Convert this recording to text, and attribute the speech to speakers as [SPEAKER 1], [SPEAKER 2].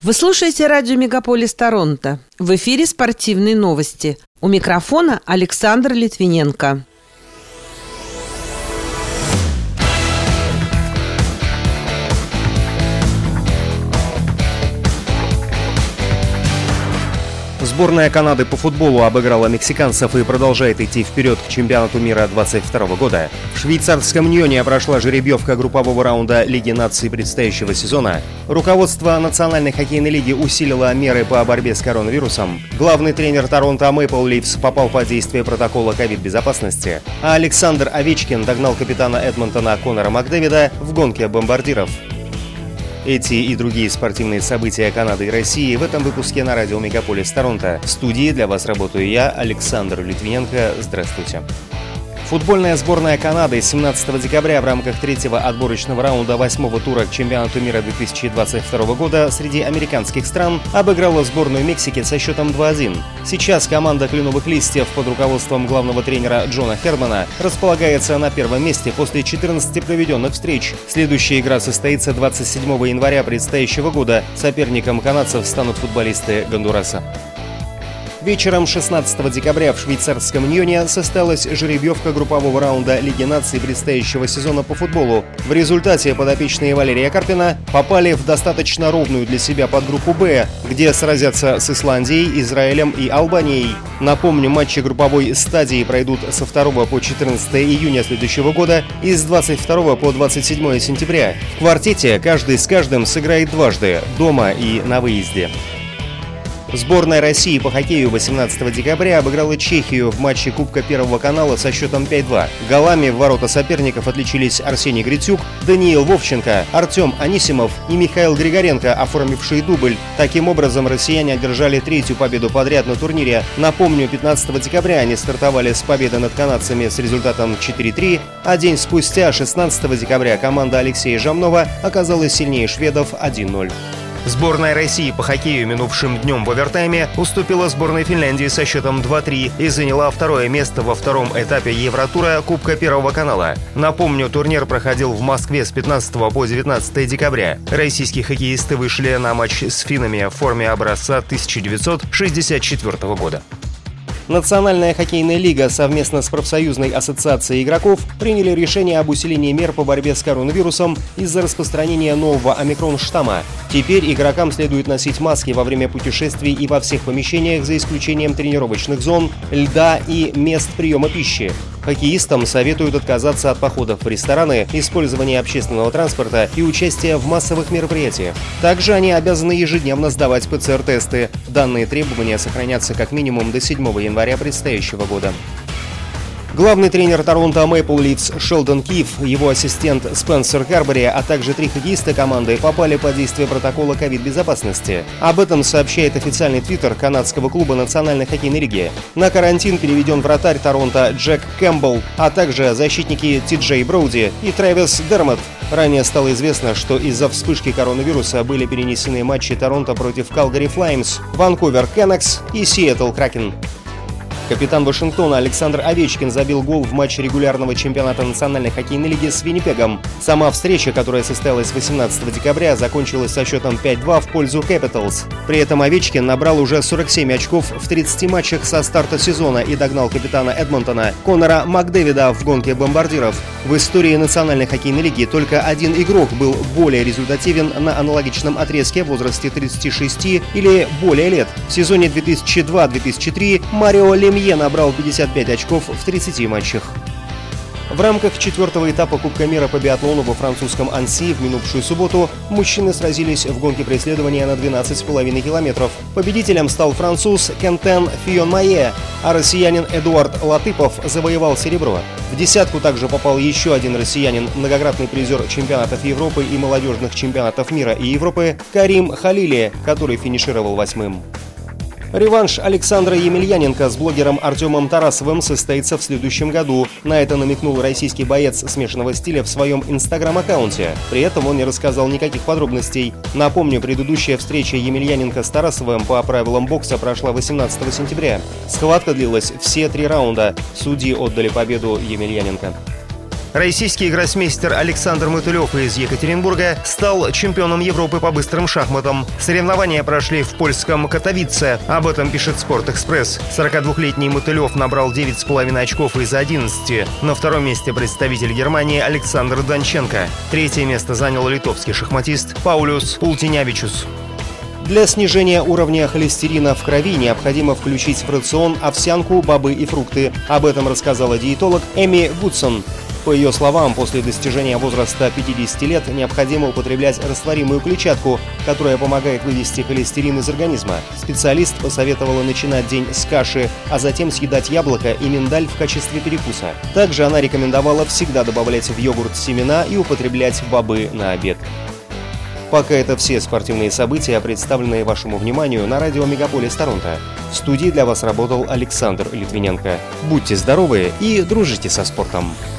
[SPEAKER 1] Вы слушаете радио «Мегаполис Торонто». В эфире спортивные новости. У микрофона Александр Литвиненко.
[SPEAKER 2] Сборная Канады по футболу обыграла мексиканцев и продолжает идти вперед к чемпионату мира 2022 года. В швейцарском Ньоне прошла жеребьевка группового раунда Лиги наций предстоящего сезона. Руководство Национальной хоккейной лиги усилило меры по борьбе с коронавирусом. Главный тренер Торонто Мэйпл Лифс попал под действие протокола ковид-безопасности, а Александр Овечкин догнал капитана Эдмонтона Конора Макдэвида в гонке бомбардиров. Эти и другие спортивные события Канады и России в этом выпуске на радио «Мегаполис Торонто». В студии для вас работаю я, Александр Литвиненко. Здравствуйте. Футбольная сборная Канады 17 декабря в рамках третьего отборочного раунда 8-го тура к чемпионату мира 2022 года среди американских стран обыграла сборную Мексики со счетом 2-1. Сейчас команда «Кленовых листьев» под руководством главного тренера Джона Хермана располагается на первом месте после 14 проведенных встреч. Следующая игра состоится 27 января предстоящего года. Соперником канадцев станут футболисты Гондураса. Вечером 16 декабря в швейцарском Ньоне состоялась жеребьевка группового раунда Лиги наций предстоящего сезона по футболу. В результате подопечные Валерия Карпина попали в достаточно ровную для себя подгруппу «Б», где сразятся с Исландией, Израилем и Албанией. Напомню, матчи групповой стадии пройдут со 2 по 14 июня следующего года и с 22 по 27 сентября. В квартете каждый с каждым сыграет дважды – дома и на выезде. Сборная России по хоккею 18 декабря обыграла Чехию в матче Кубка Первого канала со счетом 5-2. Голами в ворота соперников отличились Арсений Грицюк, Даниил Вовченко, Артем Анисимов и Михаил Григоренко, оформившие дубль. Таким образом, россияне одержали третью победу подряд на турнире. Напомню, 15 декабря они стартовали с победы над канадцами с результатом 4-3, а день спустя, 16 декабря, команда Алексея Жамнова оказалась сильнее шведов 1-0. Сборная России по хоккею минувшим днем в овертайме уступила сборной Финляндии со счетом 2-3 и заняла второе место во втором этапе Евротура Кубка Первого канала. Напомню, турнир проходил в Москве с 15 по 19 декабря. Российские хоккеисты вышли на матч с финнами в форме образца 1964 года. Национальная хоккейная лига совместно с профсоюзной ассоциацией игроков приняли решение об усилении мер по борьбе с коронавирусом из-за распространения нового омикрон-штамма. Теперь игрокам следует носить маски во время путешествий и во всех помещениях, за исключением тренировочных зон, льда и мест приема пищи. Хоккеистам советуют отказаться от походов в рестораны, использования общественного транспорта и участия в массовых мероприятиях. Также они обязаны ежедневно сдавать ПЦР-тесты. Данные требования сохранятся как минимум до 7 января предстоящего года. Главный тренер Торонто Мэйпл Лифс Шелдон Киф, его ассистент Спенсер Карбери, а также 3 хоккеиста команды попали под действие протокола ковид-безопасности. Об этом сообщает официальный твиттер канадского клуба Национальной хоккейной лиги. На карантин переведен вратарь Торонто Джек Кэмпбелл, а также защитники Ти Джей Броуди и Трэвис Дермот. Ранее стало известно, что из-за вспышки коронавируса были перенесены матчи Торонто против Калгари Флеймс, Ванкувер Кеннекс и Сиэтл Кракен. Капитан Вашингтона Александр Овечкин забил гол в матче регулярного чемпионата Национальной хоккейной лиги с Виннипегом. Сама встреча, которая состоялась 18 декабря, закончилась со счетом 5-2 в пользу Capitals. При этом Овечкин набрал уже 47 очков в 30 матчах со старта сезона и догнал капитана Эдмонтона Конора Макдэвида в гонке бомбардиров. В истории Национальной хоккейной лиги только один игрок был более результативен на аналогичном отрезке в возрасте 36 или более лет. В сезоне 2002-2003 Марио Лемье набрал 55 очков в 30 матчах. В рамках 4-го этапа Кубка мира по биатлону во французском Анси в минувшую субботу мужчины сразились в гонке преследования на 12,5 километров. Победителем стал француз Кентен Фион-Майе, а россиянин Эдуард Латыпов завоевал серебро. В десятку также попал еще один россиянин, многократный призер чемпионатов Европы и молодежных чемпионатов мира и Европы Карим Халили, который финишировал 8-м. Реванш Александра Емельяненко с блогером Артемом Тарасовым состоится в следующем году. На это намекнул российский боец смешанного стиля в своем инстаграм-аккаунте. При этом он не рассказал никаких подробностей. Напомню, предыдущая встреча Емельяненко с Тарасовым по правилам бокса прошла 18 сентября. Схватка длилась все 3 раунда. Судьи отдали победу Емельяненко. Российский гроссмейстер Александр Мотылев из Екатеринбурга стал чемпионом Европы по быстрым шахматам. Соревнования прошли в польском Катовице. Об этом пишет «Спортэкспресс». 42-летний Мотылев набрал 9,5 очков из 11. На втором месте представитель Германии Александр Данченко. Третье место занял литовский шахматист Паулюс Пултинявичус. Для снижения уровня холестерина в крови необходимо включить в рацион овсянку, бобы и фрукты. Об этом рассказала диетолог Эми Гудсон. По ее словам, после достижения возраста 50 лет необходимо употреблять растворимую клетчатку, которая помогает вывести холестерин из организма. Специалист посоветовала начинать день с каши, а затем съедать яблоко и миндаль в качестве перекуса. Также она рекомендовала всегда добавлять в йогурт семена и употреблять бобы на обед. Пока это все спортивные события, представленные вашему вниманию на радио «Мегаполис Торонто». В студии для вас работал Александр Литвиненко. Будьте здоровы и дружите со спортом!